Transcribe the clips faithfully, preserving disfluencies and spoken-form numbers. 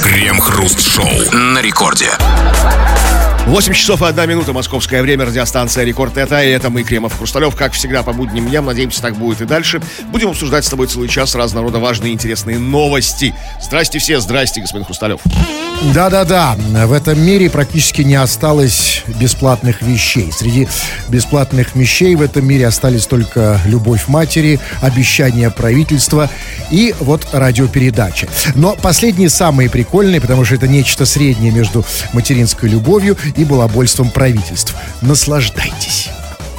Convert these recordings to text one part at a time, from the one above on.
Крем-хруст-шоу на рекорде. восемь часов и одна минута, московское время, радиостанция «Рекорд» это, и это мы, Кремов, Хрусталев, как всегда, по будним дням, надеемся, так будет и дальше. Будем обсуждать с тобой целый час разного рода важные и интересные новости. Здрасте все, здрасте, господин Хрусталев. Да-да-да, в этом мире практически не осталось бесплатных вещей. Среди бесплатных вещей в этом мире остались только любовь матери, обещания правительства и вот радиопередачи. Но последние самые прикольные, потому что это нечто среднее между материнской любовью и балабольством правительств. Наслаждайтесь.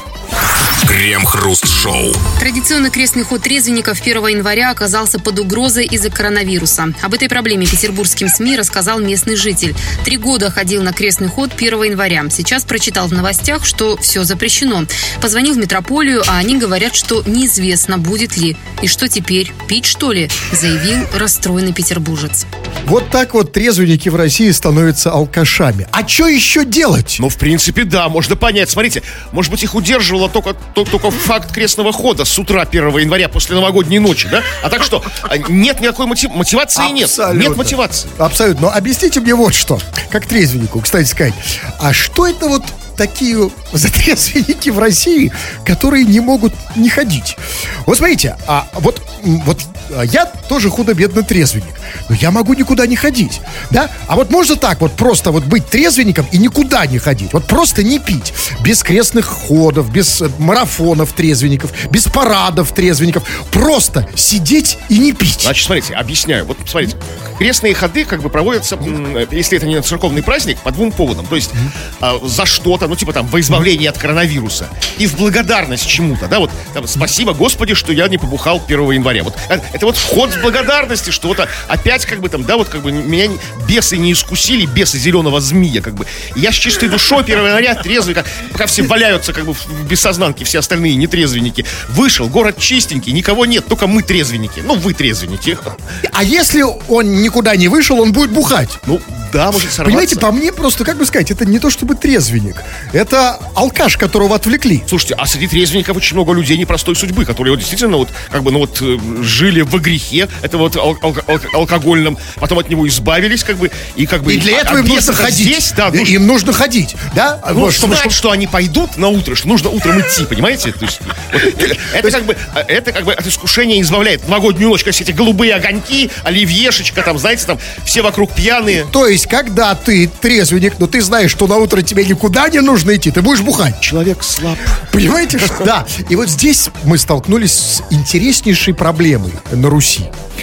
Крем-хруст-шоу. Традиционный крестный ход трезвенников первого января оказался под угрозой из-за коронавируса. Об этой проблеме петербургским СМИ рассказал местный житель. Три года ходил на крестный ход первого января. Сейчас прочитал в новостях, что все запрещено. Позвонил в метрополию, а они говорят, что неизвестно, будет ли. И что теперь? Пить, что ли? Заявил расстроенный петербуржец. Вот так вот трезвенники в России становятся алкашами. А что еще делать? Ну, в принципе, да, можно понять. Смотрите, может быть, их удерживало только, только факт крестного хода с утра первого января после новогодней ночи, да? А так что, нет никакой мотив... мотивации нет. Нет мотивации. Абсолютно. Но объясните мне вот что, как трезвеннику, кстати сказать. А что это вот такие затрезвенники в России, которые не могут не ходить? Вот смотрите, а вот, вот я тоже худо-бедно трезвенник, но я могу никуда не ходить, да? А вот можно так вот просто вот быть трезвенником и никуда не ходить, вот просто не пить, без крестных ходов, без марафонов трезвенников, без парадов трезвенников, просто сидеть и не пить. Значит, смотрите, объясняю. Вот смотрите, крестные ходы как бы проводятся, если это не на церковный праздник, по двум поводам. То есть mm-hmm. за что-то, ну типа там во избавление от коронавируса и в благодарность чему-то, да, вот там, спасибо Господи, что я не побухал первого января. Вот это вот вход с благодарности, что вот опять как бы там, да, вот как бы меня бесы не искусили, бесы зеленого змея, как бы. И я с чистой душой первого января трезвый, как, пока все валяются как бы в бессознанке, все остальные нетрезвенники. Вышел, город чистенький, никого нет, только мы трезвенники. Ну, вы трезвенники. А если он никуда не вышел, он будет бухать? Ну, да, может сорваться. Понимаете, по мне просто, как бы сказать, это не то чтобы трезвенник, это алкаш, которого отвлекли. Слушайте, а среди трезвенников очень много людей непростой судьбы, которые вот действительно вот, как бы, ну вот, жили во грехе, это вот ал- ал- ал- алкогольном, потом от него избавились, как бы, и как бы... И для а, этого а им нужно ходить. Здесь, да, нужно... Им нужно ходить, да? Ну, вот, чтобы, знать, чтобы... что они пойдут на утро, что нужно утром идти, понимаете? То есть, вот, это, как бы, это как бы от искушения избавляет. Новогоднюю ночь, конечно, эти голубые огоньки, оливьешечка, там, знаете, там, все вокруг пьяные. То есть, когда ты трезвенник, но ты знаешь, что на утро тебе никуда не нужно идти, ты будешь бухать. Человек слаб. Понимаете? Что? Да. И вот здесь мы столкнулись с интереснейшей проблемой на Руси.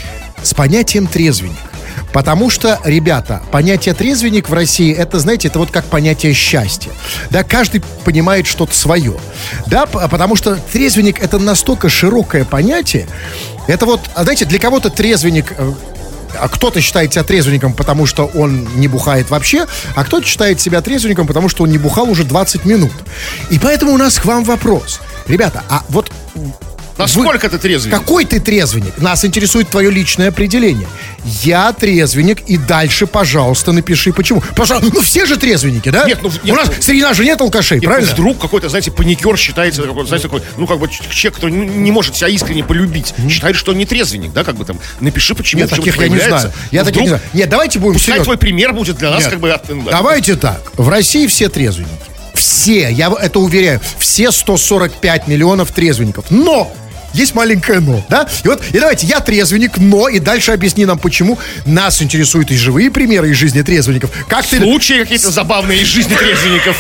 С понятием трезвенник. Потому что, ребята, понятие трезвенник в России, это, знаете, это вот как понятие счастья. Да, каждый понимает что-то свое. Да, потому что трезвенник это настолько широкое понятие. Это вот, знаете, для кого-то трезвенник... А кто-то считает себя трезвенником, потому что он не бухает вообще, а кто-то считает себя трезвенником, потому что он не бухал уже двадцать минут. И поэтому у нас к вам вопрос. Ребята, а вот... Насколько ты трезвенник? Какой ты трезвенник? Нас интересует твое личное определение. Я трезвенник, и дальше, пожалуйста, напиши почему. Пожалуйста, ну все же трезвенники, да? Нет, ну... Нет, у нас ну, среди нас же нет алкашей, нет, правильно? Ну, вдруг какой-то, знаете, паникер считается, знаете, такой, ну, как бы человек, который не может себя искренне полюбить, mm-hmm. считает, что он не трезвенник, да, как бы там, напиши почему. Нет, таких я не знаю. Я ну, таких не знаю. Нет, давайте будем пускай серьезно. Твой пример будет для нас, нет, как бы... От, давайте от... так, в России все трезвенники. Все, я это уверяю, все сто сорок пять миллионов трезвенников. Но... Есть маленькое «но», да? И вот, и давайте, я трезвенник, но, и дальше объясни нам, почему. Нас интересуют и живые примеры из жизни трезвенников. Как ты... Случаи какие-то забавные из жизни трезвенников.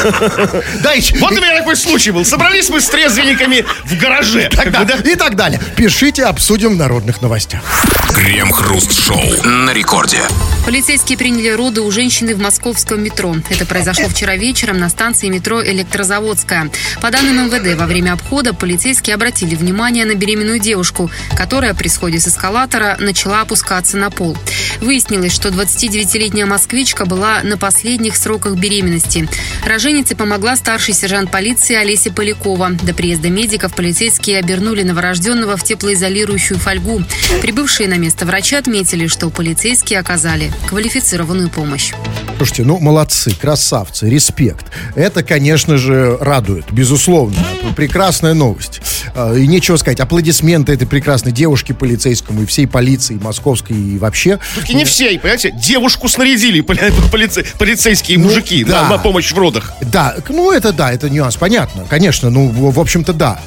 Вот у меня такой случай был. Собрались мы с трезвенниками в гараже. И так далее. Пишите, обсудим в народных новостях. Крем-хруст-шоу на рекорде. Полицейские приняли роды у женщины в московском метро. Это произошло вчера вечером на станции метро Электрозаводская. По данным эм вэ дэ, во время обхода полицейские обратили внимание на беременную девушку, которая при сходе с эскалатора начала опускаться на пол. Выяснилось, что двадцатидевятилетняя москвичка была на последних сроках беременности. Роженице помогла старший сержант полиции Олеся Полякова. До приезда медиков полицейские обернули новорожденного в теплоизолирующую фольгу. Прибывшие на место врачи отметили, что полицейские оказали квалифицированную помощь. Слушайте, ну, молодцы, красавцы, респект. Это, конечно же, радует, безусловно. Прекрасная новость. И нечего сказать, аплодисменты этой прекрасной девушке полицейскому и всей полиции московской и вообще. Все-таки не всей, понимаете, девушку снарядили полице... полицейские ну, мужики да. на, на помощь в родах. Да, ну это да, это нюанс, понятно, конечно, ну, в, в общем-то, да.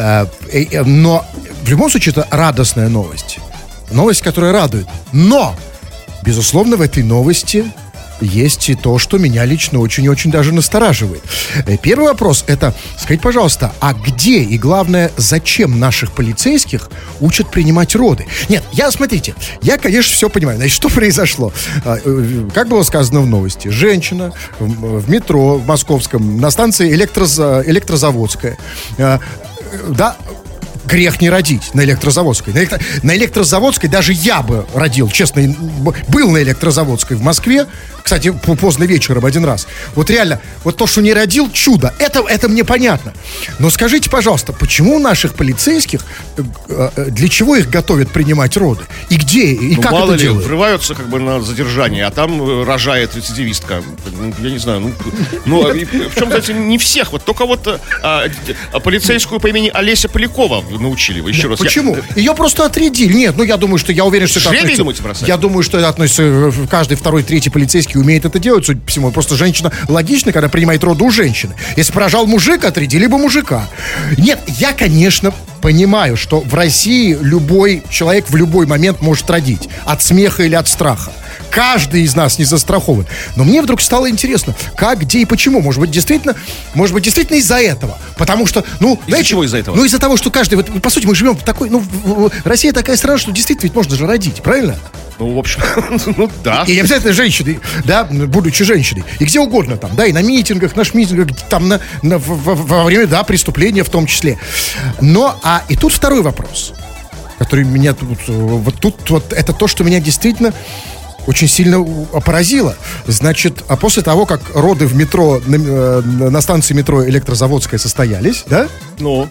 Но в любом случае это радостная новость. Новость, которая радует. Но, безусловно, в этой новости есть и то, что меня лично очень-очень даже настораживает. Первый вопрос это, скажите, пожалуйста, а где и, главное, зачем наших полицейских учат принимать роды? Нет, я, смотрите, я, конечно, все понимаю. Значит, что произошло? Как было сказано в новости, женщина в метро в московском на станции электроз... Электрозаводская, да, грех не родить на Электрозаводской. На, электро... на Электрозаводской даже я бы родил, честно, был на Электрозаводской в Москве, кстати, поздно вечером один раз. Вот реально, вот то, что не родил, чудо. Это, это мне понятно. Но скажите, пожалуйста, почему у наших полицейских, для чего их готовят принимать роды? И где, и ну, как мало это ли, делают? врываются как бы на задержание, а там рожает рецидивистка. Я не знаю, ну, ну причем, кстати, не всех, вот только вот а, а, полицейскую по имени Олеся Полякова научили. Вы еще раз. Почему? Я... Ее просто отрядили. Нет, ну я думаю, что я уверен, что это Жребий, относится... думаете, бросать? Я думаю, что это относится каждый второй, третий полицейский умеет это делать, судя по всему. Просто женщина логична, когда принимает роды у женщины. Если поражал мужик, отрядили бы мужика. Нет, я, конечно, понимаю, что в России любой человек в любой момент может родить. От смеха или от страха. Каждый из нас не застрахован. Но мне вдруг стало интересно, как, где и почему. Может быть, действительно, может быть, действительно из-за этого. Потому что, ну... Из-за знаете, чего из-за этого? Ну, из-за того, что каждый... Вот, по сути, мы живем в такой... Ну, в, в, Россия такая страна, что действительно ведь можно же родить, правильно? Ну, в общем, ну да. И не обязательно женщиной, да, будучи женщиной. И где угодно там, да, и на митингах, на шмитингах, там на, на, во, во время, да, преступления в том числе. Но, а и тут второй вопрос, который меня тут, вот тут, вот это то, что меня действительно очень сильно поразило. Значит, а после того, как роды в метро, на, на станции метро Электрозаводская состоялись, да? Ну...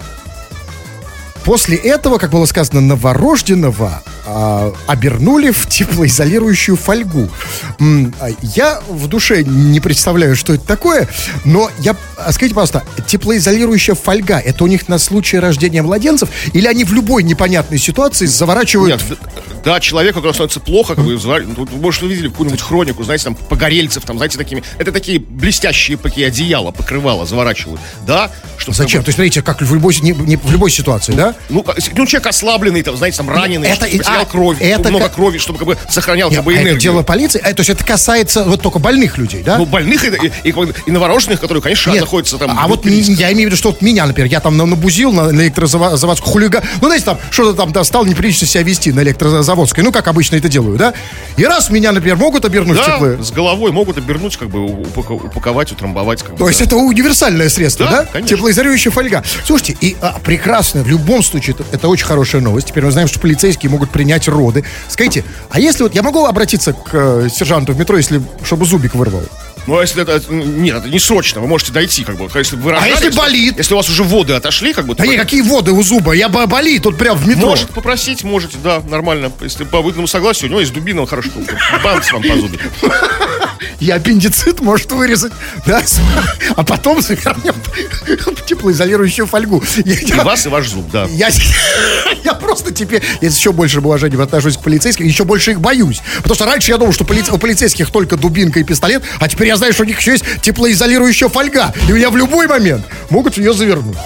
После этого, как было сказано, новорожденного а, обернули в теплоизолирующую фольгу. М, я в душе не представляю, что это такое, но я... Скажите, пожалуйста, теплоизолирующая фольга, это у них на случай рождения младенцев, или они в любой непонятной ситуации заворачивают... Нет, да, человеку, когда становится плохо, как бы, может, вы видели какую-нибудь хронику, знаете, там, погорельцев, там, знаете, такими... Это такие блестящие такие одеяла, покрывала заворачивают, да? Чтобы, Зачем? Как бы... То есть, смотрите, как в любой, не, не, в любой ситуации, ну, да? Ну, ну, человек ослабленный, там, знаете, там, раненый, это, чтобы потерял а, кровь, это много как... крови, чтобы, как бы, сохранял, Нет, как бы, а энергию. это дело полиции? А, то есть, это касается вот только больных людей, да? Ну, больных и, и, и, и новорожденных, которые, конечно, Нет, находятся там... А вот ми, я имею в виду, что вот меня, например, я там набузил на, на электрозаводскую хулиган. Ну, знаете, там что-то там да, стал неприлично себя вести на электрозаводской. Ну, как обычно это делаю, да? И раз меня, например, могут обернуть да, теплые... с головой могут обернуть, как бы, упаковать, утрамбовать. Как бы, То да. есть это универсальное средство, да? да? Конечно. Теплоизолирующая фольга. Слушайте, и а, прекрасно, в любом случае, это, это очень хорошая новость. Теперь мы знаем, что полицейские могут принять роды. Скажите, а если вот я могу обратиться к э, сержанту в метро, если чтобы зубик вырвал? Ну, а если это... Нет, это не срочно, вы можете дойти, как бы. Если вы рожали, а если болит? Если у вас уже воды отошли, как бы... Да нет, какие воды у зуба? Я бы болит тут прям в метро. Может попросить, можете, да, нормально. Если по выданному согласию, у него есть дубина, он хорошо. Бамс вам по зубе. И аппендицит может вырезать, да? А потом завернем теплоизолирующую фольгу. И вас, и ваш зуб, да. Я, я просто теперь, я с еще большим уважением отношусь к полицейским, еще больше их боюсь. Потому что раньше я думал, что полиц... у полицейских только дубинка и пистолет, а теперь я знаю, что у них еще есть теплоизолирующая фольга. И меня в любой момент могут ее завернуть.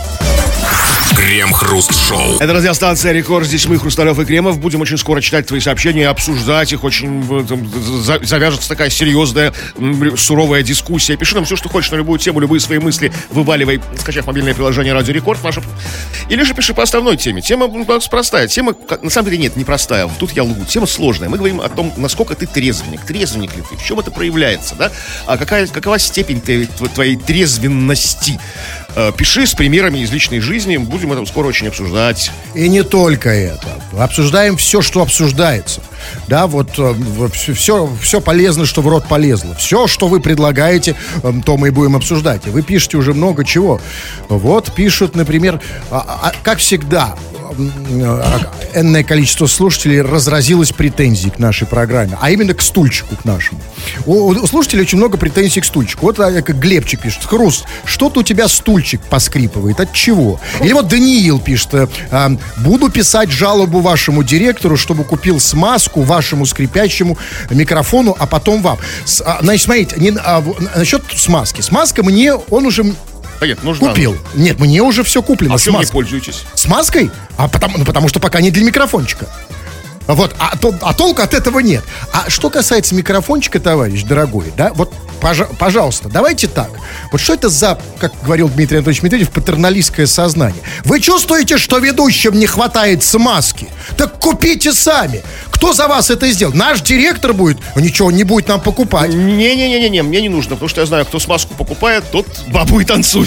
Крем-хруст-шоу. Это радиостанция «Рекорд». Здесь мы, Хрусталев и Кремов. Будем очень скоро читать твои сообщения, обсуждать их. Очень там, за, завяжется такая серьезная, суровая дискуссия. Пиши нам все, что хочешь, на любую тему, любые свои мысли вываливай, скачав мобильное приложение «Радио Рекорд». Наше... Или же пиши по основной теме. Тема простая. Тема, на самом деле, нет, не простая. Тут я лгу. Тема сложная. Мы говорим о том, насколько ты трезвенник. Трезвенник ли ты? В чем это проявляется, да? А какая, какова степень твоей, твоей трезвенности? Пиши с примерами из личной жизни. Будем это скоро очень обсуждать. И не только это. Обсуждаем все, что обсуждается. Да, вот все, все полезно, что в рот полезло. Все, что вы предлагаете, то мы и будем обсуждать. И вы пишете уже много чего. Вот пишут, например, а, а, как всегда, энное количество слушателей разразилось претензией к нашей программе, а именно к стульчику к нашему. У, у слушателей очень много претензий к стульчику. Вот а, как Глебчик пишет: Хруст, что-то у тебя стульчик поскрипывает, от чего? Или вот Даниил пишет: а, буду писать жалобу вашему директору, чтобы купил смазку вашему скрипящему микрофону, а потом вам. С, а, значит, смотрите, не, а, насчет смазки. Смазка мне, он уже... Нет, нужна. Купил. Нет, мне уже все куплено. А чем вы пользуетесь? Смазкой? А потому, ну, потому что пока не для микрофончика. Вот, а, то, а толку от этого нет. А что касается микрофончика, товарищ дорогой, да, вот, пожа- пожалуйста, давайте так. Вот что это за, как говорил Дмитрий Анатольевич Медведев, патерналистское сознание? Вы чувствуете, что ведущим не хватает смазки? Так купите сами. Кто за вас это сделал? Наш директор будет? Ничего не будет нам покупать. Не-не-не-не, мне не нужно, потому что я знаю, кто смазку покупает, тот бабу и танцует.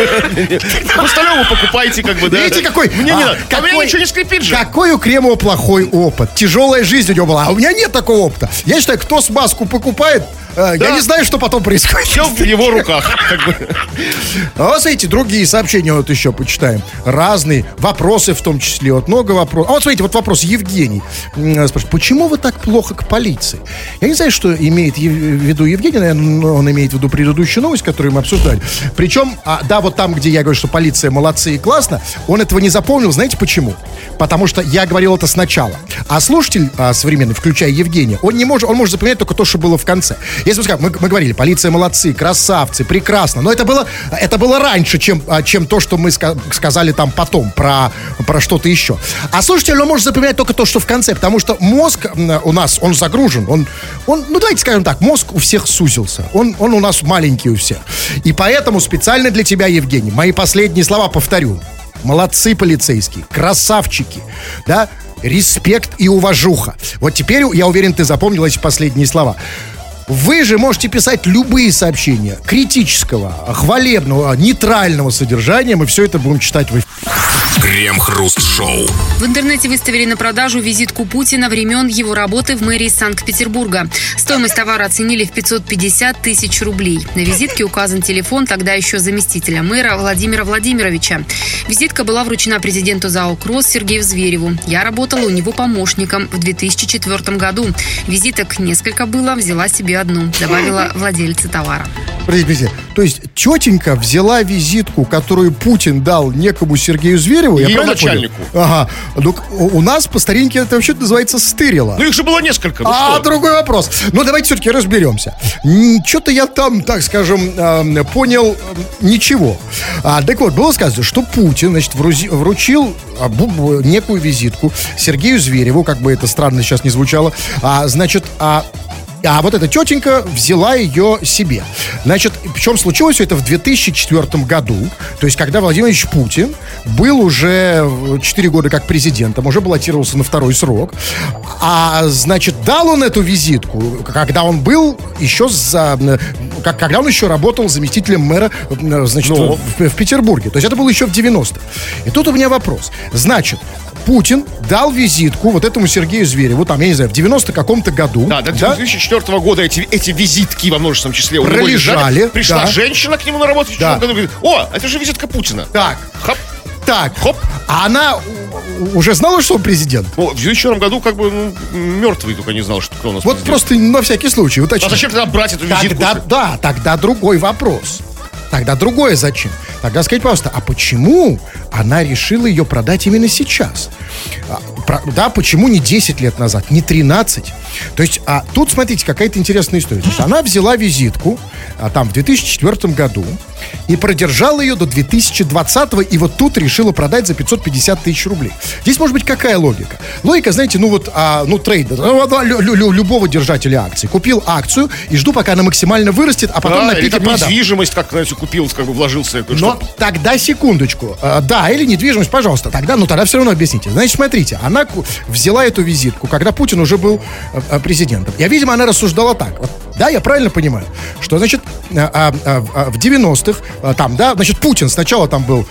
Остальное вы покупаете, как бы, да. Видите, какой... Мне не надо. А у меня ничего не скрипит же. Какой у Кремова плохой опыт. Тяжелая жизнь у него была. А у меня нет такого опыта. Я считаю, кто смазку покупает, э, Да. я не знаю, что потом происходит. Все в его руках. Как бы. А вот смотрите, другие сообщения вот еще почитаем. Разные. Вопросы в том числе. Вот много вопросов. А вот смотрите, вот вопрос Евгений. М, Спрашивает, почему вы так плохо к полиции? Я не знаю, что имеет в виду Евгений. Наверное, он имеет в виду предыдущую новость, которую мы обсуждали. Причем, а, да, вот там, где я говорю, что полиция молодцы и классно, он этого не запомнил. Знаете почему? Потому что я говорил это сначала. А слушатель а, современный, включая Евгения, он не может, он может запоминать только то, что было в конце. Если мы скажем, мы, мы говорили, полиция молодцы, красавцы, прекрасно, но это было, это было раньше, чем, а, чем то, что мы ска- сказали там потом про, про что-то еще. А слушатель, он может запоминать только то, что в конце, потому что мозг м, у нас, он загружен, он, он, ну давайте скажем так, мозг у всех сузился, он, он у нас маленький у всех. И поэтому специально для тебя, Евгений, мои последние слова повторю. Молодцы полицейские, красавчики, да, респект и уважуха. Вот теперь, я уверен, ты запомнил эти последние слова. Вы же можете писать любые сообщения критического, хвалебного, нейтрального содержания. Мы все это будем читать в эфире. Крем-хруст-шоу. В интернете выставили на продажу визитку Путина времен его работы в мэрии Санкт-Петербурга. Стоимость товара оценили в пятьсот пятьдесят тысяч рублей. На визитке указан телефон тогда еще заместителя мэра Владимира Владимировича. Визитка была вручена президенту ЗАО «Кросс» Сергею Звереву. Я работала у него помощником в две тысячи четвёртом году. Визиток несколько было, взяла себе одну, добавила владельца товара. Подождите, то есть тетенька взяла визитку, которую Путин дал некому Сергею Звереву, я Ее правильно начальнику. понял? Ага. Ну, у нас по старинке это вообще называется стырило. Ну их же было несколько. Ну, А, что? другой вопрос. Ну, давайте все-таки разберемся. Что-то я там, так скажем, э, понял э, ничего. А, так вот, было сказано, что Путин, значит, врузи- вручил а, бу- бу- некую визитку Сергею Звереву, как бы это странно сейчас не звучало. А, значит, а А вот эта тетенька взяла ее себе. Значит, причем случилось все это в две тысячи четвёртом году. То есть, когда Владимир Владимирович Путин был уже четыре года как президентом, уже баллотировался на второй срок. А, значит, дал он эту визитку, когда он был еще за... Как, когда он еще работал заместителем мэра, значит, Ну. в, в Петербурге. То есть, это было еще в девяностых. И тут у меня вопрос. Значит, Путин дал визитку вот этому Сергею Звереву, там, я не знаю, в девяносто каком-то году. Да, до две тысячи четвёртого года эти, эти визитки во множественном числе у него Пролежали, лежали. Пришла да. женщина к нему на работу в Да. четвёртом году и говорит: о, это же визитка Путина. Так, Хоп. так, Хоп. а она у- уже знала, что он президент? Ну, в две тысячи четвёртом году как бы ну, мертвый только не знал, что кто у нас Вот президент. просто на всякий случай, А уточни. зачем тогда брать эту визитку? Тогда, да, тогда другой вопрос. Тогда другое зачем? Тогда скажите, пожалуйста, а почему она решила ее продать именно сейчас? А, про- да, почему не десять лет назад, не тринадцать? То есть, а тут, смотрите, какая-то интересная история. То есть, она взяла визитку а, там в две тысячи четвёртом году и продержала ее до две тысячи двадцатого, и вот тут решила продать за пятьсот пятьдесят тысяч рублей. Здесь может быть какая логика? Логика, знаете, ну вот, а, ну трейдер, ну, да, лю- лю- любого держателя акций. Купил акцию и жду, пока она максимально вырастет, а потом Да, на или пике там продам. недвижимость, как, знаете, купил, как бы вложился. это Но что? тогда секундочку. А, да, или недвижимость, пожалуйста. Тогда, ну тогда все равно объясните. Значит, смотрите, она ку- взяла эту визитку, когда Путин уже был а, а, президентом. Я, видимо, она рассуждала так. Вот, да, я правильно понимаю, что, значит, а, а, а, а, в девяностых, а, там, да, значит, Путин сначала там был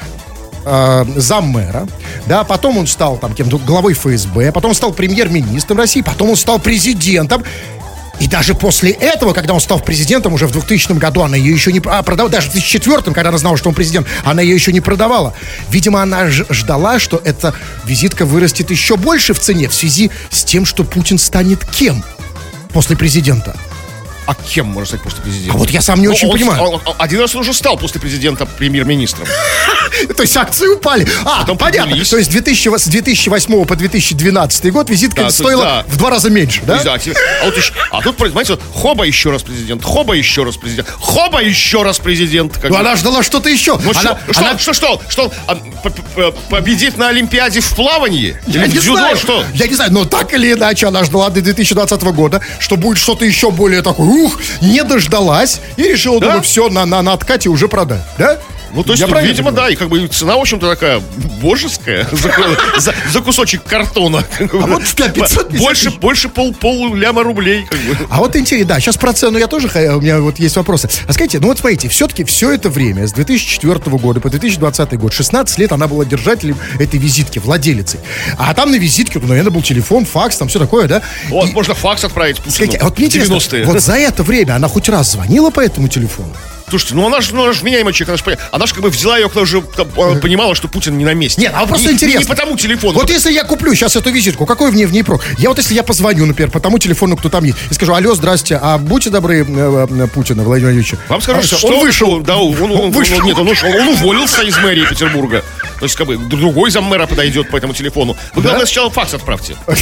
э, заммэра, да, потом он стал там кем-то главой эф эс бэ, потом он стал премьер-министром России, потом он стал президентом. И даже после этого, когда он стал президентом уже в двухтысячном году, она ее еще не а, продавала. Даже в две тысячи четвёртом, когда она знала, что он президент, она ее еще не продавала. Видимо, она ж- ждала, что эта визитка вырастет еще больше в цене в связи с тем, что Путин станет кем после президента. А кем можно стать после президента? А вот я сам не Ну, очень он- понимаю. он- он- один раз он уже стал после президента премьер-министром. То есть акции упали. А, Потом понятно. поднялись. То есть с две тысячи с две тысячи восьмого по две тысячи двенадцатый год визитка Да, то есть, стоила да. в два раза меньше, да? Да, те- а, вот еще- а тут, понимаете, вот, хоба еще раз президент, хоба еще раз президент, хоба еще раз президент. как Ну, бы. она ждала что-то еще. Ну Она- что, ну, что, она- что, что, что, он, а, п- п- п- победит на Олимпиаде в плавании? Я Или не в дзюдо, знаю, что? Я не знаю, но так или иначе она ждала до две тысячи двадцатого года, что будет что-то еще более такое, ух, не дождалась и решила, Да? думаю, все, на, на, на откате уже продать, да? Ну, то есть, Я ну, правильно видимо, понимаю? да, и как бы цена, в общем-то, такая божеская за, за- за кусочек картона. как бы. А вот для пятьсот пятьдесят больше, тысяч. больше пол, пол ляма рублей. Как бы. А вот интересно, да, сейчас про цену я тоже, ха- у меня вот есть вопросы. А скажите, ну вот смотрите, все-таки все это время, с две тысячи четвёртого года по две тысячи двадцатый год, шестнадцать лет она была держателем этой визитки, владелицей. А там на визитке, ну, наверное, был телефон, факс, там все такое, да? Вот, И- можно факс отправить Путину. Скажите, а вот мне интересно, девяностые. вот за это время она хоть раз звонила по этому телефону? Слушайте, ну она же ну, она ж вменяемый человек, она же, поня- она же как бы взяла ее, когда уже там, она понимала, что Путин не на месте. Нет, а просто Не- интересно. Не по тому телефону. Вот если я куплю сейчас эту визитку, какой в ней в ней прок? Я вот если я позвоню, например, по тому телефону, кто там есть, и скажу, алло, здрасте, а будьте добры, э, э, Путина Владимира Владимировича. Вам скажу, А, что он вышел. Да, он, он, он- Вышел. Нет, он, ушел, он уволился из мэрии Петербурга. То есть, как бы, другой заммэра подойдет по этому телефону. Вы, главное, сначала факс отправьте. А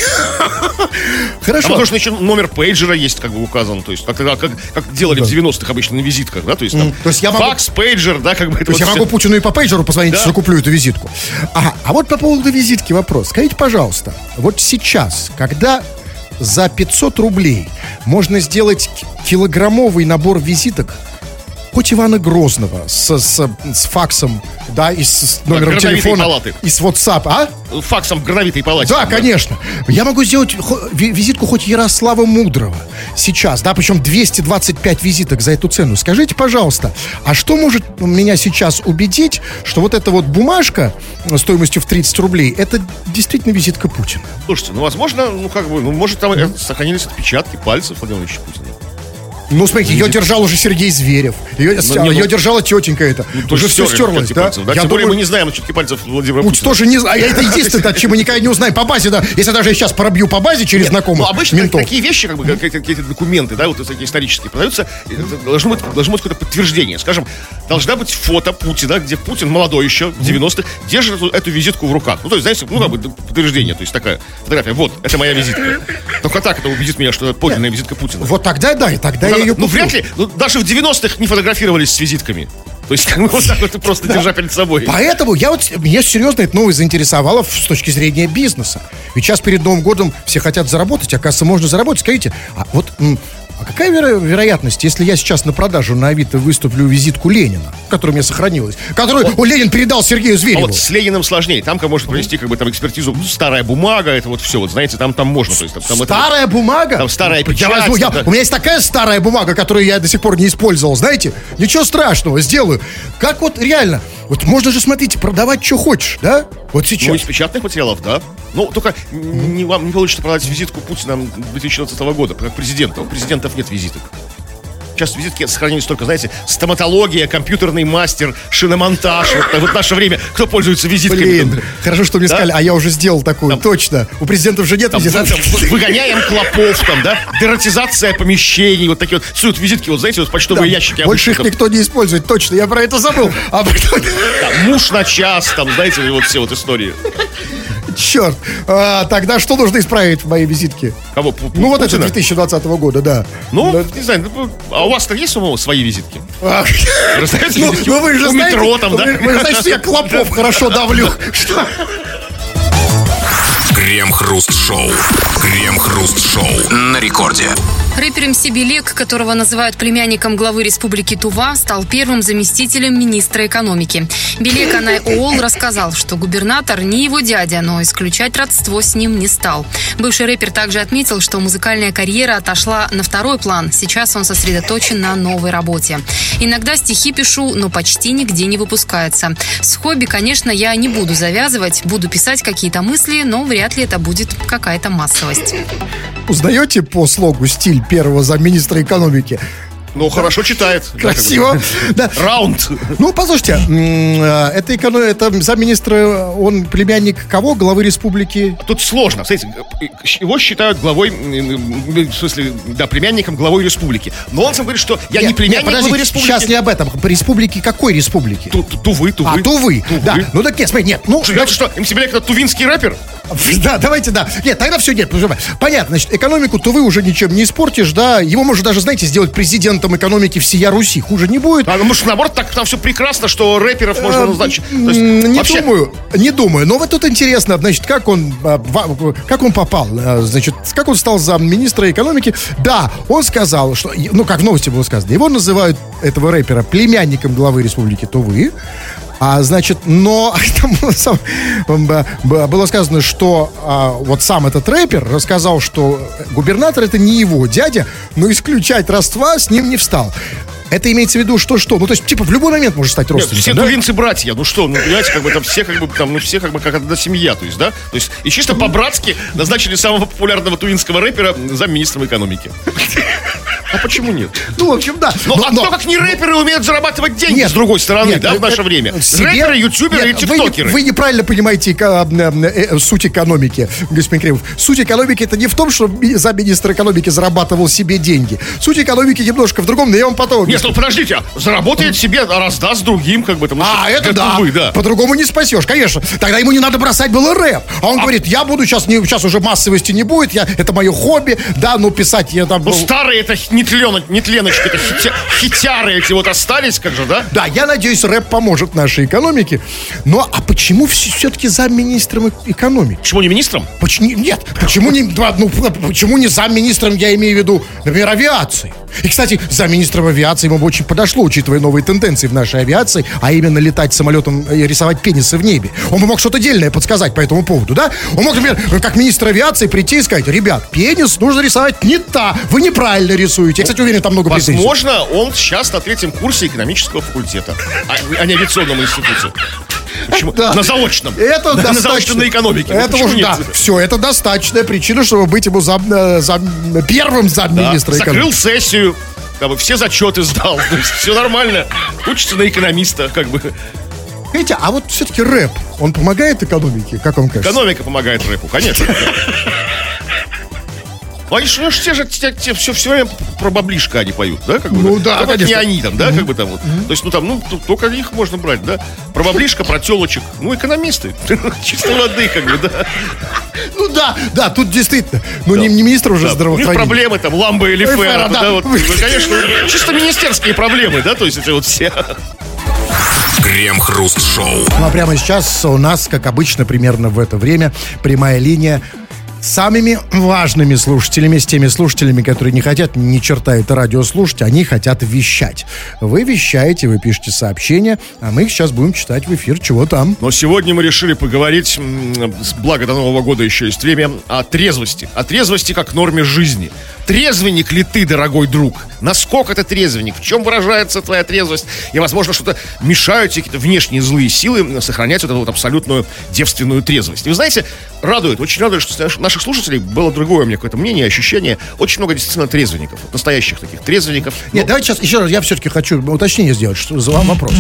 Хорошо. потому что еще номер пейджера есть, как бы, указан. То есть, как, тогда- как, как делали в девяностых обычно на визитках, да? То есть, там, то есть я могу- факс, пейджер, да, как бы. это То есть я вот могу всё. Путину и по пейджеру позвонить, Да. если куплю эту визитку. Ага, а вот по поводу визитки вопрос. Скажите, пожалуйста, вот сейчас, когда за пятьсот рублей можно сделать к- килограммовый набор визиток, хоть Ивана Грозного с, с, с факсом, да, и с, с номером Грановитой телефона, палаты. и с WhatsApp, а? Факсом в грановитой палате. Да, конечно. Я могу сделать хо- ви- визитку хоть Ярослава Мудрого сейчас, да, причем двести двадцать пять визиток за эту цену. Скажите, пожалуйста, а что может меня сейчас убедить, что вот эта вот бумажка стоимостью в тридцать рублей, это действительно визитка Путина? Слушайте, ну, возможно, ну, как бы, ну, может, там э, сохранились отпечатки пальцев Владимира Владимировича Путина. Ну, смотрите, ее держал уже Сергей Зверев. Ее, Ну, не, ее ну- держала тетенька эта. То уже есть все стерли стерлось, отпечатки да? пальцев, да? Я Тем более думаю, мы не знаем отпечатки пальцев Владимира Путь Путина. тоже не знаю. Это единственное, от чего мы никогда не узнаем по базе, да. Если даже я сейчас пробью по базе через Нет, знакомых ну, обычно ментов. такие вещи, как бы, как- какие-то документы, да, вот такие исторические, продаются, это должно быть, должно быть какое-то подтверждение. Скажем, должна быть фото Путина, где Путин, молодой еще, в девяностых, держит эту, эту визитку в руках. Ну, то есть, знаете, ну, как бы подтверждение, то есть такая фотография. Вот, это моя визитка. Только так это убедит меня, что это подлинная визитка Путина. Вот тогда, да, и тогда я ее Ну, куплю. вряд ли, ну, даже в девяностых не фотографировались с визитками. То есть, как бы, вот так вот просто держа перед собой. Поэтому я вот, меня серьезно эта новость заинтересовала в- с точки зрения бизнеса. Ведь сейчас перед Новым годом все хотят заработать, оказывается, можно заработать. Скажите, а вот м, а какая веро- вероятность, если я сейчас на продажу на Авито выступлю визитку Ленина, которая у меня сохранилась, которую о, Ленин передал Сергею А Звереву? вот с Лениным сложнее. Там как может провести как бы там экспертизу старая бумага, это вот все, вот знаете, там там можно. То есть, там, там это- Старая бумага? Там старая Я печать, возьму, я- да. У меня есть такая старая бумага, которую я до сих пор не использовал, знаете? Ничего страшного, сделаю. Как вот реально, вот можно же, смотрите, продавать, что хочешь, да? Вот сейчас. Ну, из печатных материалов, да. Ну, только не, вам не получится продать визитку Путина две тысячи двадцатого года, как президента. У президентов нет визиток. Сейчас визитки сохранились только, знаете, стоматология, компьютерный мастер, шиномонтаж. Вот, вот в наше время кто пользуется визитками? Блин, Там, хорошо, что мне Да? сказали, а я уже сделал такую, Там- точно. У президентов же нет там, визиток. там, вы- выгоняем клопов, там, да, дератизация помещений, вот такие вот суют визитки, вот знаете, вот почтовые ящики. Больше их обычно, никто не использует, точно, я про это забыл. А потом- там, муж на час, там, знаете, вот все вот истории. черт. А, тогда что нужно исправить в моей визитке? Кого? Пу- Ну вот это Путина? две тысячи двадцатого года, да. Ну, Да. не знаю, ну, а у вас-то есть самого свои визитки? Ах. Раздаете Ну, визитки ну вы же у знаете, метро там, да? вы, вы же знаете, что я клопов хорошо давлю. Что? Крем-хруст-шоу. Крем-хруст-шоу. На рекорде. Рэпер эм си Белек, которого называют племянником главы Республики Тува, стал первым заместителем министра экономики. Белек Анай Оол рассказал, что губернатор не его дядя, но исключать родство с ним не стал. Бывший рэпер также отметил, что музыкальная карьера отошла на второй план. Сейчас он сосредоточен на новой работе. Иногда стихи пишу, но почти нигде не выпускается. С хобби, конечно, я не буду завязывать, буду писать какие-то мысли, но вряд ли это будет какая-то массовость. Узнаете по слогу стиль первого замминистра экономики. Ну, хорошо читает. Красиво. Да. Раунд. Ну, послушайте, это, эконом... это замминистра, он племянник кого? Главы республики? Тут сложно. Смотрите, его считают главой, в смысле, да, племянником главой республики. Но он сам говорит, что я нет, не племянник нет, главы республики. Сейчас не об этом. По республике какой республики? Ту Тувы, Тувы. А, Тувы. Тувы. Да. Ну, так нет, смотри, нет. Ну, знаете что, эм си Блэк это тувинский рэпер? Да, давайте, да. Нет, тогда все нет. Понятно, значит, экономику Тувы уже ничем не испортишь, да. Его можно даже, знаете, сделать президентом экономики всея Руси. Хуже не будет. А, ну, может, наоборот, так там все прекрасно, что рэперов можно назначить. Не вообще... думаю, не думаю. Но вот тут интересно, значит, как он, как он попал, значит, как он стал замминистра экономики. Да, он сказал, что, ну, как в новости было сказано, его называют, этого рэпера, племянником главы республики Тувы. А, значит, но там было сказано, что а, вот сам этот рэпер рассказал, что губернатор это не его дядя, но исключать родства с ним не встал. Это имеется в виду, что что? Ну, то есть, типа, в любой момент может стать родственником. Все да? тувинцы братья, ну что, ну, понимаете, как бы там все как бы там, ну, все как бы как одна семья, то есть, да? То есть, и чисто по-братски назначили самого популярного тувинского рэпера замминистром экономики. А почему нет? Ну, в общем, да. Ну, а кто, как не рэперы, умеют зарабатывать деньги нет, с другой стороны, нет, да, нет, в наше время? Себе... Рэперы, ютуберы нет, и тиктокеры. Вы, вы неправильно понимаете эко, э, э, суть экономики, господин Кремов. Суть экономики это не в том, что замминистра экономики зарабатывал себе деньги. Суть экономики немножко в другом, но я вам потом... Нет, ну подождите, заработает себе, раздаст другим, как бы там. А, это да. Вы, да. По-другому не спасешь, конечно. Тогда ему не надо бросать было рэп. А он а... говорит, я буду сейчас, не, сейчас уже массовости не будет, я, это мое хобби, да, ну писать я там... Ну, старые это нетленочки, это хитя, хитяры эти вот остались, как же, да? Да, я надеюсь, рэп поможет нашей экономике. Но, а почему все-таки замминистром экономики? Почему не министром? Почему, нет, почему не, ну, почему не замминистром, я имею в виду, например, авиации? И, кстати, замминистром авиации ему бы очень подошло, учитывая новые тенденции в нашей авиации, а именно летать самолетом и рисовать пенисы в небе. Он бы мог что-то дельное подсказать по этому поводу, да? Он мог, например, как министр авиации прийти и сказать, ребят, пенис нужно рисовать не та, вы неправильно рисуете. Я, кстати, уверен, там много претензий. Возможно, он сейчас на третьем курсе экономического факультета, а, а не авиационном институте. Почему? Да. На заочном. Это на, достаточно. На заочной экономике. Это уже, да. Все, это достаточная причина, чтобы быть ему зам, зам, первым замминистра да. экономики. Закрыл сессию, как бы все зачеты сдал. То есть все нормально. Учится на экономиста, как бы. Видите, а вот все-таки рэп, он помогает экономике, как вам кажется? Экономика помогает рэпу, конечно. Ну, они же все же те, те, все, все время про баблишко они поют, да? Как бы, ну да, да, конечно. Не они там, да, Mm-hmm. как бы там вот. Mm-hmm. То есть, ну там, ну, только их можно брать, да? Про баблишко, про телочек. Ну, экономисты. Чистой воды, как бы, да. Ну да, да, тут действительно. Ну, не министр уже здравоохранения. У них проблемы там, ламба или фера, да, вот. Конечно, чисто министерские проблемы, да, то есть это вот все. Крем-хруст-шоу. Ну, а прямо сейчас у нас, как обычно, примерно в это время, прямая линия с самыми важными слушателями, с теми слушателями, которые не хотят ни черта это радио слушать, они хотят вещать. Вы вещаете, вы пишете сообщения, а мы их сейчас будем читать в эфир, чего там. Но сегодня мы решили поговорить, благо до Нового года еще есть время, о трезвости. О трезвости как норме жизни. Трезвенник ли ты, дорогой друг? Насколько ты трезвенник? В чем выражается твоя трезвость? И, возможно, что-то мешают тебе какие-то внешние злые силы сохранять вот эту вот абсолютную девственную трезвость. И вы знаете, радует, очень радует, что наших слушателей было другое у меня какое-то мнение, ощущение. Очень много действительно трезвенников, настоящих таких трезвенников. Нет, ну... давайте сейчас еще раз, я все-таки хочу уточнение сделать, что за вам вопрос.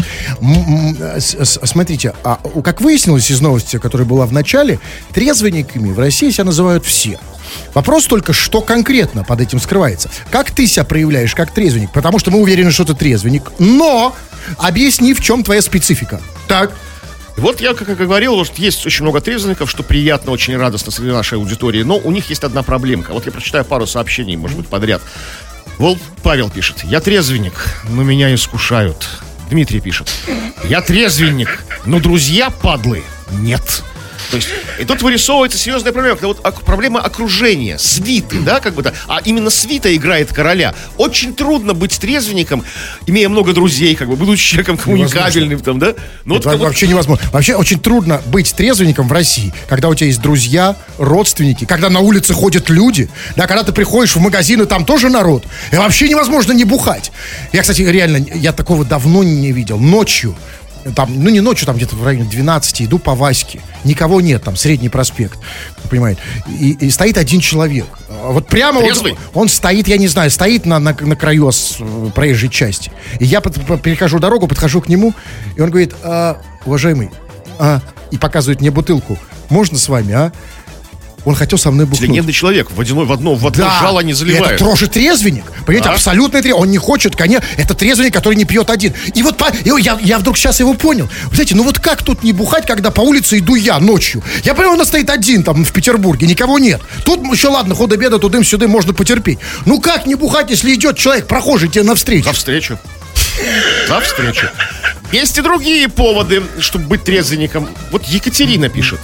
Смотрите, а как выяснилось из новости, которая была в начале, трезвенниками в России себя называют все. Вопрос только, что конкретно под этим скрывается. Как ты себя проявляешь как трезвенник? Потому что мы уверены, что ты трезвенник. Но объясни, в чем твоя специфика. Так. Вот я, как и говорил, что есть очень много трезвенников, что приятно, очень радостно среди нашей аудитории. Но у них есть одна проблемка. Вот я прочитаю пару сообщений, может быть, подряд. Вот Павел пишет. Я трезвенник, но меня искушают. Дмитрий пишет. Я трезвенник, но друзья падлы нет. То есть, и тут вырисовывается серьезная проблема. Это вот проблема окружения, свиты, да, как бы то. А именно свита играет короля. Очень трудно быть трезвенником, имея много друзей, как бы, будучи человеком коммуникабельным, там, да? Но вот, вообще вот... невозможно. Вообще очень трудно быть трезвенником в России, когда у тебя есть друзья, родственники, когда на улице ходят люди, да, когда ты приходишь в магазин, и там тоже народ. И вообще невозможно не бухать. Я, кстати, реально, я такого давно не видел. Ночью. Там, ну не ночью, там где-то в районе двенадцати иду по Ваське. Никого нет, там Средний проспект. понимаете, и, и стоит один человек. Вот прямо он, он стоит, я не знаю, стоит на, на, на краю с, проезжей части. И я под, под, перехожу дорогу, подхожу к нему, и он говорит: а, уважаемый, а, и показывает мне бутылку. Можно с вами, а? Он хотел со мной бухнуть. Интеллигентный человек, водяной в одно, в одно да. жало не заливает. Это тоже трезвенник. Понимаете, а? абсолютный трезвенник. Он не хочет, конечно. Это трезвенник, который не пьет один. И вот по, и я, я вдруг сейчас его понял. Вы знаете, ну вот как тут не бухать, когда по улице иду я ночью? Я понимаю, он стоит один там в Петербурге, никого нет. Тут еще ладно, худо-бедо, тудым-сюдым можно потерпеть. Ну как не бухать, если идет человек, прохожий тебе навстречу? Навстречу. Навстречу. Есть и другие поводы, чтобы быть трезвенником. Вот Екатерина пишет: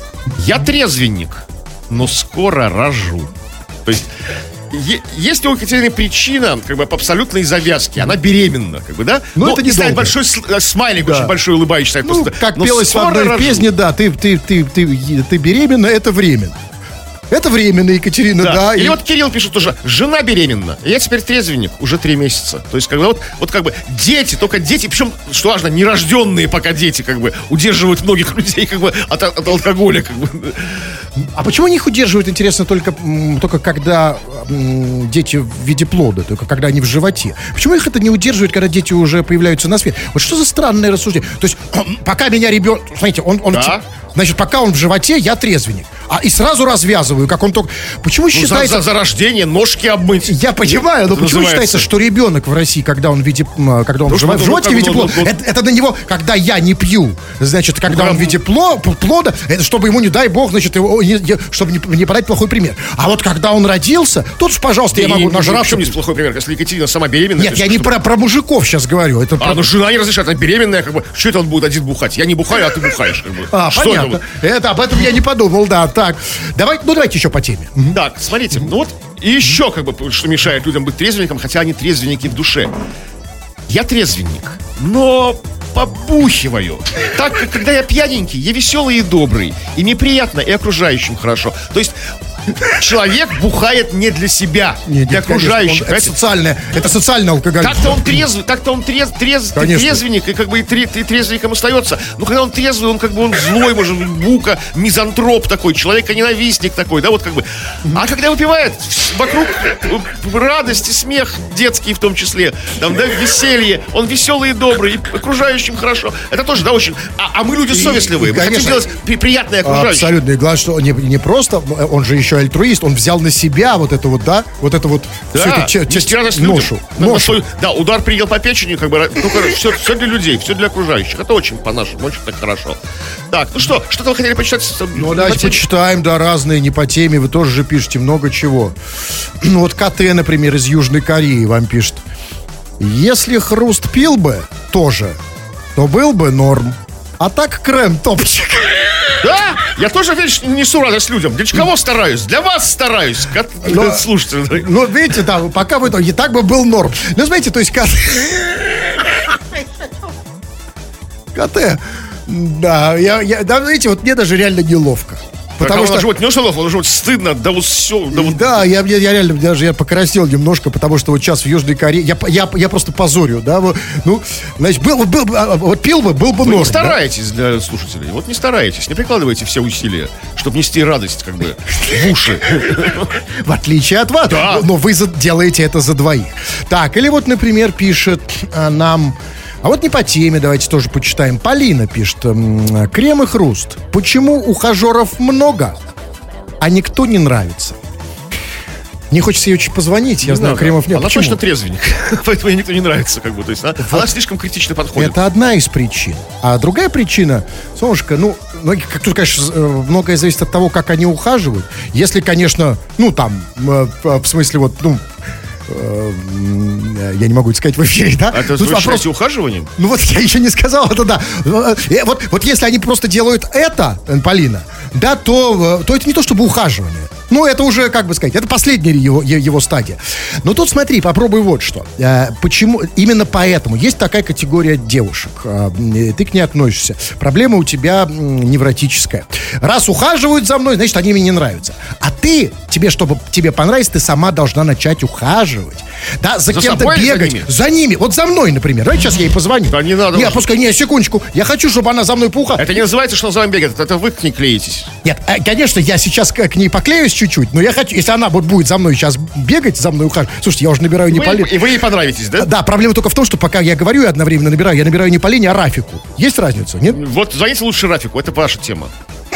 я трезвенник, но скоро рожу. То есть е- есть у Екатерины причина, как бы, абсолютной завязки. Она беременна, как бы, да? Но, но это не ставит большой с- смайлик, да. Очень большой улыбающийся. Ну, просто, как пелось в одной рожу. Песне, да, ты, ты, ты, ты, ты беременна, это временно. Это временно, Екатерина, да. да Или и... вот Кирилл пишет тоже: жена беременна, я теперь трезвенник уже три месяца. То есть, когда вот, вот как бы дети, только дети, причем, что важно, нерожденные пока дети, как бы, удерживают многих людей, как бы, от, от алкоголя, как бы. А почему их удерживают, интересно, только, только когда м, дети в виде плода, только когда они в животе? Почему их это не удерживает, когда дети уже появляются на свет? Вот что за странное рассуждение? То есть, пока меня ребенок... Смотрите, он... он да. Значит, пока он в животе, я трезвенник. А и сразу развязываю, как он только... Почему ну, считается... За, за, за рождение ножки обмыть. Я понимаю, но это почему называется? Считается, что ребенок в России, когда он в виде... Когда он ну, в, жив... ну, в животе ну, в виде ну, плода, ну, ну, это, это на него, когда я не пью, значит, когда ну, он в виде пло, плода, это чтобы ему, не дай бог, значит, его, не, чтобы не, не подать плохой пример. А вот когда он родился, тут, пожалуйста, я могу нажраться... Почему не плохой пример? Если Екатерина сама беременная... Нет, я не про, про мужиков сейчас говорю. Это а, про... ну жена не разрешает, она беременная, как бы, что это он будет один бухать? Я не бухаю, а ты бухаешь, как бы. А, что понятно. Это, это об этом я не подумал, да, так. Давай, ну давайте еще по теме. Так, смотрите, ну вот и еще, как бы, что мешает людям быть трезвенником, хотя они трезвенники в душе. Я трезвенник, но побухиваю. Так, как когда я пьяненький, я веселый и добрый. И мне приятно, и окружающим хорошо. То есть человек бухает не для себя, нет, для нет, окружающих. Конечно, он, это социальное, это социальный алкоголь. Так-то он трезвый, так-то он трез, трез, трезвенник, и как бы и, трез, и трезвенником остается. Но когда он трезвый, он как бы он злой, может быть, бука, мизантроп такой, человека-ненавистник такой, да, вот как бы. А когда выпивает, вокруг радость и смех, детский в том числе, там, да, веселье, он веселый и добрый, и окружающим хорошо. Это тоже, да, очень. А, а мы люди совестливые, и, мы конечно, хотим делать приятное окружающим. Абсолютно. И главное, что не, не просто, он же еще альтруист, он взял на себя вот это вот, да, вот это вот, да, всю эту ч- ч- ношу. На, ношу. На свой, да, удар принял по печени, как бы, только все, все для людей, все для окружающих. Это очень по-нашему, очень так хорошо. Так, ну что, что-то вы хотели почитать? Ну, давайте почитаем, да, разные, не по теме, вы тоже же пишете много чего. Ну, вот КТ, например, из Южной Кореи вам пишет: если Хруст пил бы тоже, то был бы норм. А так крем топчик. Да, я тоже, видишь, несу радость людям. Для кого стараюсь? Для вас стараюсь. Как... Но, слушайте. Ну, видите, да, пока вы... И так бы был норм. Ну, знаете, то есть... КТ... КТ... Да, я, я, да, знаете, вот мне даже реально неловко. Потому что... Живот, не что он живот стыдно, да вот все. Да, вот... да я, я, я реально даже я покраснел немножко, потому что вот сейчас в Южной Корее, я, я, я просто позорю, да, вот, ну, значит, был, был, вот пил бы, был бы норм. Вы не стараетесь, да? Для слушателей, вот не стараетесь, не прикладывайте все усилия, чтобы нести радость, как бы, в уши. В отличие от вас, да. Но вы делаете это за двоих. Так, или вот, например, пишет нам... А вот не по теме, давайте тоже почитаем. Полина пишет: крем и хруст. Почему ухажеров много, а никто не нравится? Мне хочется ей очень позвонить, я не знаю, кремов нет. Она Почему? точно трезвенник, поэтому ей никто не нравится, как бы. То есть она, вот. Она слишком критично подходит. Это одна из причин. А другая причина, Солнышко, ну, как тут, конечно, многое зависит от того, как они ухаживают. Если, конечно, ну, там, в смысле, вот, ну, я не могу это сказать в эфире, да? А это вы считаете ухаживанием? Ну вот я еще не сказал, это да. Вот, вот если они просто делают это, Полина, да, то, то это не то чтобы ухаживание. Ну, это уже, как бы сказать, это последняя его, его стадия. Но тут смотри, попробуй вот что. Почему? Именно поэтому есть такая категория девушек. Ты к ней относишься. Проблема у тебя невротическая. Раз ухаживают за мной, значит, они мне не нравятся. А ты, тебе, чтобы тебе понравилось, ты сама должна начать ухаживать. Да, за, За кем-то собой или за бегать. ними? За ними. Вот за мной, например. Давайте сейчас я ей позвоню. Да не надо Не, уже. пускай, не, секундочку. Я хочу, чтобы она за мной пуха. Это не называется, что за вами бегает. Это вы к ней клеитесь. Нет, э, конечно, я сейчас к, к ней поклеюсь чуть-чуть, но я хочу, если она вот будет за мной сейчас бегать, за мной ухаживать. Слушайте, я уже набираю не Вы- по Лене. и вы ей понравитесь, да? Да, проблема только в том, что пока я говорю и одновременно набираю, я набираю не по Лене, а Рафику. Есть разница, нет? Вот звоните лучше Рафику, это ваша тема.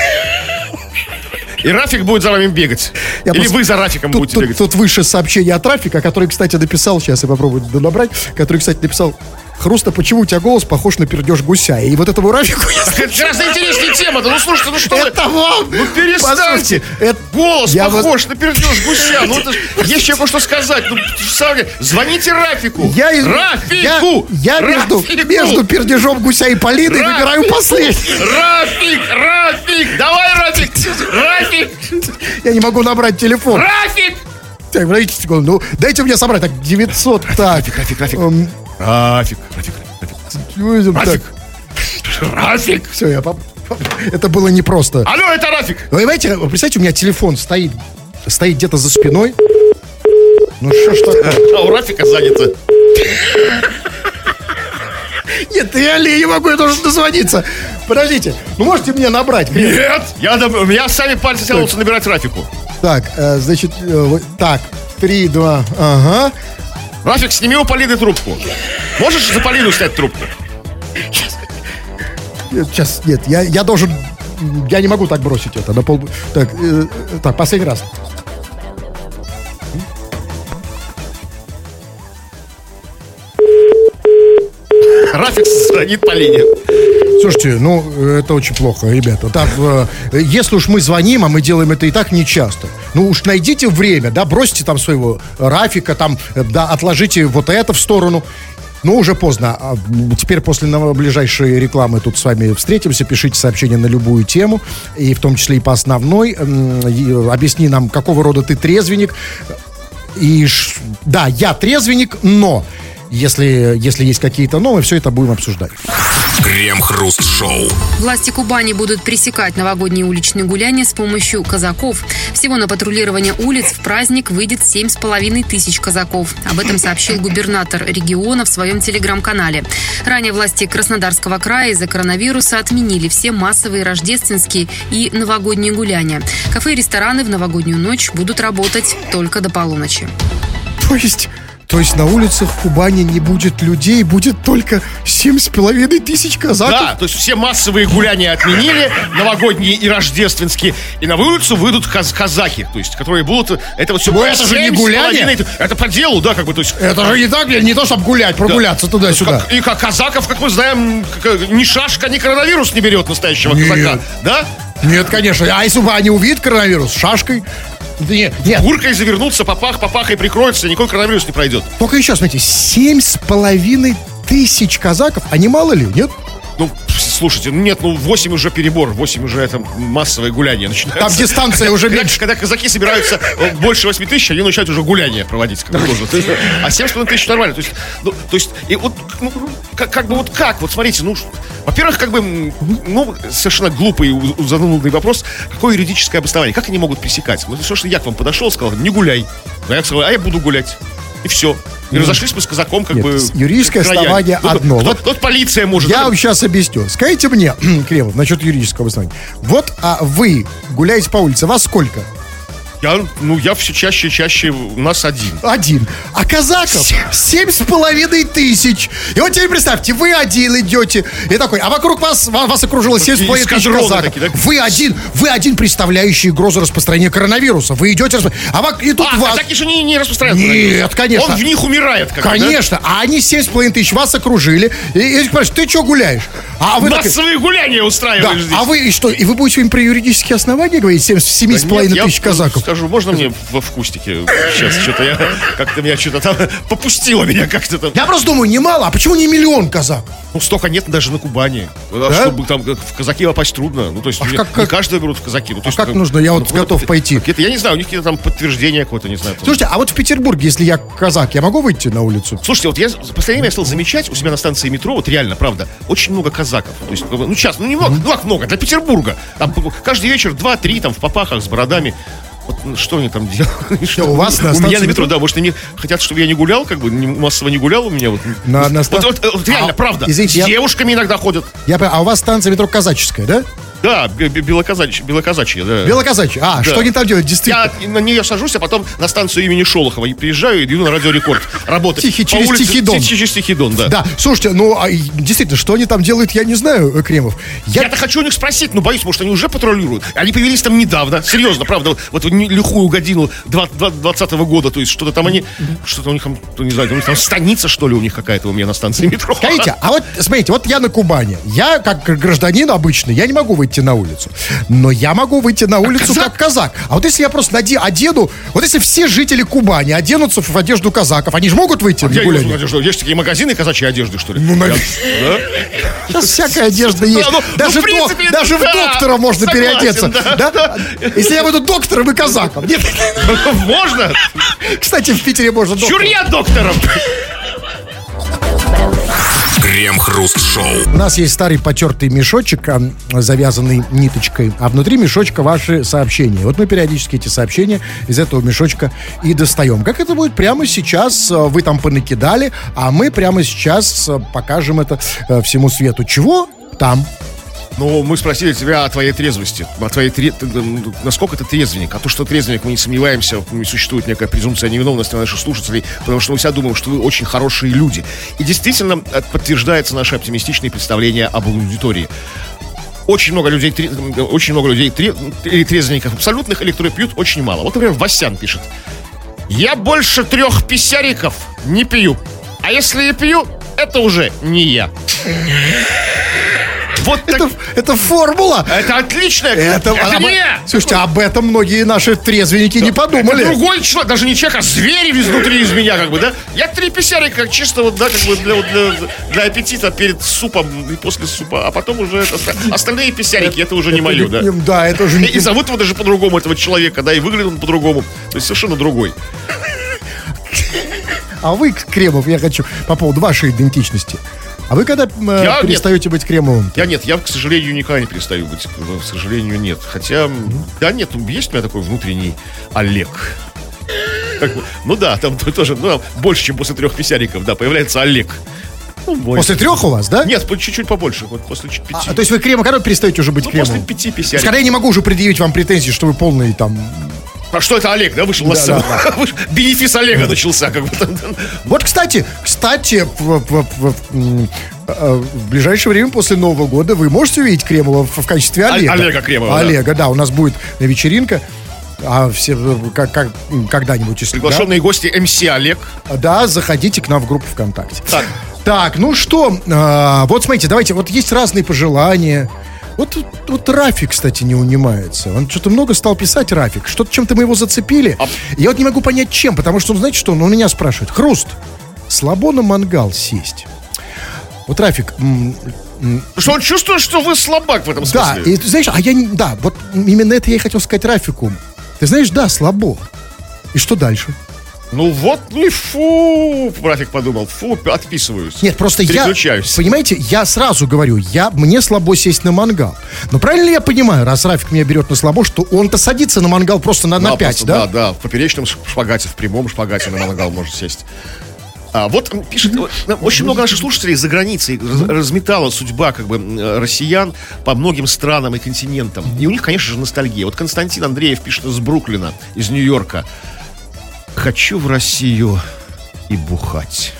И Рафик будет за вами бегать. Я Или просто- вы за Рафиком Тут, будете тут, бегать. тут выше сообщение от Рафика, который, кстати, написал, сейчас я попробую набрать, который, кстати, написал: Хруста, почему у тебя голос похож на пердеж гуся? И вот этому Рафику я... Так это гораздо интереснее тема. Да ну слушайте, ну что вы... Это вам! Ну перестаньте! Послушайте, это- Голос я похож на пердеж гуся. Ну это ж... Есть человеку что сказать. Ну, сами- звоните Рафику. Я, из- Рафику! я, я между, Рафику! между пердежом гуся и Полиной Рафик! выбираю последний. Рафик! Рафик! Давай, Рафик! Рафик! Я не могу набрать телефон. Рафик! Так, подождите секунду. Ну, дайте мне собрать. Так, девятьсот. Так. Рафик, Рафик. Эм, Рафик, Рафик, Рафик. так. Рафик! Рафик! Все, я поп- поп- это было непросто. Алло, это Рафик! Вы понимаете, вы представьте, у меня телефон стоит, стоит где-то за спиной. Ну что ж такое? А у Рафика занято. Нет, реально я не могу, я должен дозвониться. Подождите, ну можете мне набрать? Нет! Я, доб- у меня сами пальцы тянутся набирать Рафику. Так, э, значит, э, вот так, три, два, ага. Рафик, сними у Полины трубку. Можешь за Полину снять трубку? Нет, Сейчас, нет, я, я должен, я не могу так бросить это на пол. Так, э, так, последний раз. Рафик звонит Полине. Слушайте, ну, это очень плохо, ребята. Так, э, если уж мы звоним, а мы делаем это и так нечасто, ну уж найдите время, да, бросьте там своего Рафика, там, э, да, отложите вот это в сторону. Ну, уже поздно. А, м, теперь после на- ближайшей рекламы тут с вами встретимся. Пишите сообщения на любую тему, и в том числе и по основной. М, и объясни нам, какого рода ты трезвенник. И, ш- да, я трезвенник, но... Если, если есть какие-то но, мы все это будем обсуждать. Крем-хруст-шоу. Власти Кубани будут пресекать новогодние уличные гуляния с помощью казаков. Всего на патрулирование улиц в праздник выйдет семь с половиной тысяч казаков. Об этом сообщил губернатор региона в своем телеграм-канале. Ранее власти Краснодарского края из-за коронавируса отменили все массовые рождественские и новогодние гуляния. Кафе и рестораны в новогоднюю ночь будут работать только до полуночи. То есть... То есть на улицах Кубани не будет людей, будет только семь с половиной тысяч казаков? Да, то есть все массовые гуляния отменили, новогодние и рождественские, и на улицу выйдут каз- казаки, то есть, которые будут... Это вот все... Ну, это же не гуляние. Это по делу, да, как бы, то есть... Это же не так, не то, чтобы гулять, прогуляться туда-сюда. Как- и как казаков, как мы знаем, как- ни шашка, ни коронавирус не берет настоящего Нет. казака, да? Нет, конечно. А если бы они увидят коронавирус шашкой? Да нет, нет. Буркой завернутся, попах, попахой прикроется, никакой коронавирус не пройдет. Только еще, смотрите, семь с половиной тысяч казаков, а не мало ли, нет? Ну, слушайте, ну нет, ну восемь уже перебор, восемь уже это массовое гуляние начинается. Там дистанция уже Когда- меньше. Когда казаки собираются э, больше восьми тысяч, они начинают уже гуляние проводить, как бы тоже. То есть, а семь с половиной тысяч нормально. То есть, ну, то есть, и вот, ну, как, как бы вот как, вот смотрите, ну, ш- во-первых, как бы, м, ну, совершенно глупый, у- у- занудный вопрос, какое юридическое обоснование, как они могут пресекать? Ну, что, что я к вам подошел, сказал, не гуляй. А я сказал, а я буду гулять. И все. И разошлись мы с казаком, как Нет, бы... юридическое краями. основание Ну, одно. Тут, Вот тут полиция может... Я вам сейчас объясню. Скажите мне, Кремов, насчет юридического обоснования. Вот а вы гуляете по улице, вас сколько? Я, ну, я все чаще и чаще, у нас один. Один. А казаков семь с половиной тысяч. И вот теперь представьте, вы один идете. И такой, а вокруг вас, ва- вас окружило семь с половиной тысяч эскадроны казаков. такие, да? Вы один, вы один представляющий угрозу распространения коронавируса. Вы идете, распро- а вок- и тут А, вас... казаки же не, не распространяют. Нет, коронавирус. конечно. Он в них умирает. Как бы, да? Конечно, а они семь с половиной тысяч вас окружили. И, и спрашивают, ты что гуляешь? А вы такие, Массовые гуляния да, устраиваешь здесь. а вы и что? И вы будете им про юридические основания говорить? семь с Да половиной нет, тысяч я казаков. Скажу, можно мне во вкустике сейчас что-то я как-то меня что-то там попустило меня как-то там. Я просто думаю, немало, а почему не миллион казаков? Ну столько нет даже на Кубани. А Да? чтобы там в казаки попасть трудно. Ну то есть А не, как- не как- каждого берут в казаки. Ну, то есть, как ну, нужно? Я вот какое-то готов под- пойти. какие-то, я не знаю, у них какие-то там подтверждения какое-то, не знаю. там. Слушайте, а вот в Петербурге, если я казак, я могу выйти на улицу? Слушайте, вот я в последнее время я стал замечать у себя на станции метро, вот реально, правда, очень много казаков. То есть, ну, сейчас, ну, немного, ну, как много, для Петербурга. Там каждый вечер два-три, там, в попахах, с бородами. Вот, ну, что они там делают? Что, у вас на У меня станции на метро, метро? да, может, они хотят, чтобы я не гулял, как бы, не- массово не гулял у меня. Вот, На- на вот, стан- вот, вот реально, А, правда. извините, с я- девушками иногда ходят. Я понимаю, а у вас станция метро Казаческая, да? Да, бе- бе- белоказачья, белоказачья, да. Белоказачья. А, Да. что они там делают, действительно? Я на нее сажусь, а потом на станцию имени Шолохова и приезжаю и иду на Радио Рекорд работать. Тихий- По через улице- Тихий Дон. Через Тихий Дон, да. Да, слушайте, ну, а, и действительно, что они там делают, я не знаю, э, Кремов. Я, Я-то хочу у них спросить, но боюсь, может, они уже патрулируют. Они появились там недавно, серьезно, правда. Вот, вот в не- лихую годину двадцатого года, то есть что-то там они, что-то у них там, ну, не знаю, у них там станица, что ли, у них какая-то у меня на станции метро. Скажите, а вот, смотрите, вот я на Кубани. Я, как гражданин обычный, я не могу выйти на улицу. Но я могу выйти на улицу казак? как казак. А вот если я просто наде- одену... Вот если все жители Кубани оденутся в одежду казаков, они же могут выйти на Я гуляние? не знаю, есть такие магазины казачьей одежды, что ли? Ну, Я- навер- да? Сейчас всякая одежда есть. ну, даже ну, в в, док- принципе, даже в да, доктора можно согласен, переодеться. да, Да? Если я буду доктором и казаком. Нет, Можно? кстати, в Питере можно Чур доктором. я доктором! Крем-хруст-шоу. У нас есть старый потертый мешочек, а, завязанный ниточкой, а внутри мешочка ваши сообщения. Вот мы периодически эти сообщения из этого мешочка и достаем. Как это будет прямо сейчас? а, Вы там понакидали, а мы прямо сейчас а, покажем это а, всему свету. Чего там? Ну, мы спросили тебя о твоей трезвости, о твоей тре- насколько ты трезвенник. А то, что трезвенник, мы не сомневаемся, существует некая презумпция невиновности наших слушателей, потому что мы всегда думаем, что вы очень хорошие люди. И действительно это подтверждается наше оптимистичное представление об аудитории. Очень много людей, тре- очень много людей тре- или трезвенников абсолютных, или которые пьют очень мало. Вот, например, Васян пишет: я больше трех писяриков не пью. А если и пью, это уже не я. Вот так. Это, это формула. Это отлично! Это, Это об- не я! Слушайте, об этом многие наши трезвенники не подумали. Это другой человек, даже не человек, а звери изнутри из меня, как бы, да? Я три писярика, чисто вот, да, как бы для, вот для, для аппетита перед супом и после супа, а потом уже это, остальные писярики, это уже не мое, да? Да, это уже не... И зовут его даже по-другому, этого человека, да, и выглядит он по-другому, то есть совершенно другой. А вы, Кремов, я хочу по поводу вашей идентичности. А вы когда э, Я- перестаете быть Кремовым? Я нет, я, к сожалению, никогда не перестаю быть, к сожалению, нет. Хотя, да нет, есть у меня такой внутренний Олег. Как бы, ну да, там тоже, ну, больше, чем после трех писяриков, да, появляется Олег. Ну, мой. После трех у вас, да? Нет, по- чуть-чуть побольше, вот после чуть пяти. А, то есть вы Кремов, когда вы перестаете уже быть Ну, Кремовым? после пяти То есть, писяриков. когда я не могу уже предъявить вам претензии, что вы полный там... А что это Олег, да, вышел на Да, сцену? да, Выш- Бенефис Олега начался, как бы. Вот, кстати, кстати, в, в- в- м, э, в ближайшее время после Нового года вы можете увидеть Кремова в, в качестве О- Олега. Олега Кремова, да. Олега, да. У нас будет вечеринка. А все, э, как, как, м, когда-нибудь, если... Приглашенные гости эм си Олег. Да, да, заходите к нам в группу ВКонтакте. Так. Так, ну что, а, вот смотрите, давайте, вот есть разные пожелания. Вот, вот Рафик, кстати, не унимается. Он что-то много стал писать, Рафик. Что-то чем-то мы его зацепили. А- Я вот не могу понять, чем. Потому что, он, знаете что, он у меня спрашивает. Хруст, слабо на мангал сесть? Вот Рафик, м, Потому что он чувствует, что вы слабак в этом да, смысле. и ты знаешь, а я не... Да, вот именно это я и хотел сказать Рафику. Ты знаешь, да, слабо. И что дальше? Ну вот, ну и фу, Рафик подумал, фу, отписываюсь. Нет, просто я, Переключаюсь. понимаете, я сразу говорю, я, мне слабо сесть на мангал. Но правильно ли я понимаю, раз Рафик меня берет на слабо, что он-то садится на мангал просто на, на Да, пять, просто, да? Да, да, в поперечном шпагате, в прямом шпагате на мангал может сесть. А, вот м, пишет, вот, нам очень много наших слушателей за границей раз- разметала судьба как бы м, россиян по многим странам и континентам. И у них, конечно же, ностальгия. Вот Константин Андреев пишет из Бруклина, из Нью-Йорка. Хочу в Россию и бухать.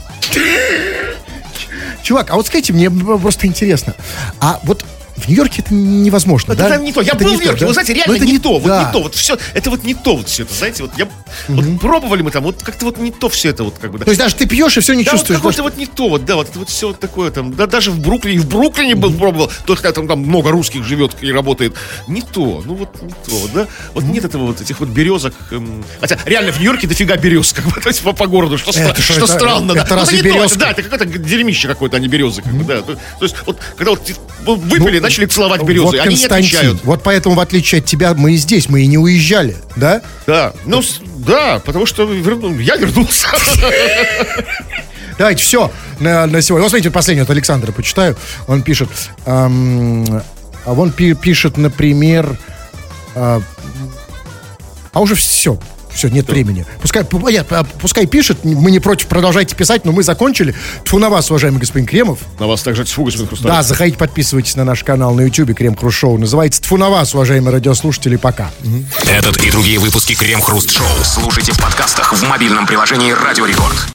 Чувак, а вот скажите, мне просто интересно, а вот в Нью-Йорке это невозможно, Это, да? это не то. Я Это был не в Нью-Йорке, то, вы да? знаете, Но реально это не, то. Вот да. не то. Вот все, это вот не то вот все это, знаете, вот я вот пробовали мы там, вот как-то вот не то все это вот как бы. Да. То есть даже ты пьешь и все не Да, чувствуешь. вот какое-то вот не то, вот, да, вот это вот все вот такое там, да, даже в Бруклине, в Бруклине был, пробовал, только там, там много русских живет и работает, не то, ну вот не то, да, вот нет этого вот этих вот березок, эм, хотя реально в Нью-Йорке дофига берез, как бы, то есть по, по городу, что, Это стра- что, что это- странно, это да, разве не то, это, березка? да, это какое-то дерьмище какое-то, а не березы, как бы, да, то, то есть вот когда вот выпили, Ну, начали целовать березы, вот, они не Константин, отвечают. вот поэтому, в отличие от тебя, мы и здесь, мы и не уезжали, да? Да, ну, с- да, потому что верну- я вернулся. Давайте, все на, на сегодня. Вот смотрите, последний от Александра почитаю. Он пишет, эм, а он пи- пишет, например, э, А уже все. Все, нет времени. Пускай, понятно, пускай пишет, мы не против, продолжайте писать, но мы закончили. Тьфу на вас, уважаемый господин Кремов. На вас также тьфу, господин Хрусталев. Да, заходите, подписывайтесь на наш канал на Ютубе Крем-Хруст-Шоу. Называется «Тьфу на вас», уважаемые радиослушатели, пока. Этот и другие выпуски Крем-Хруст Шоу слушайте в подкастах в мобильном приложении Радио Рекорд.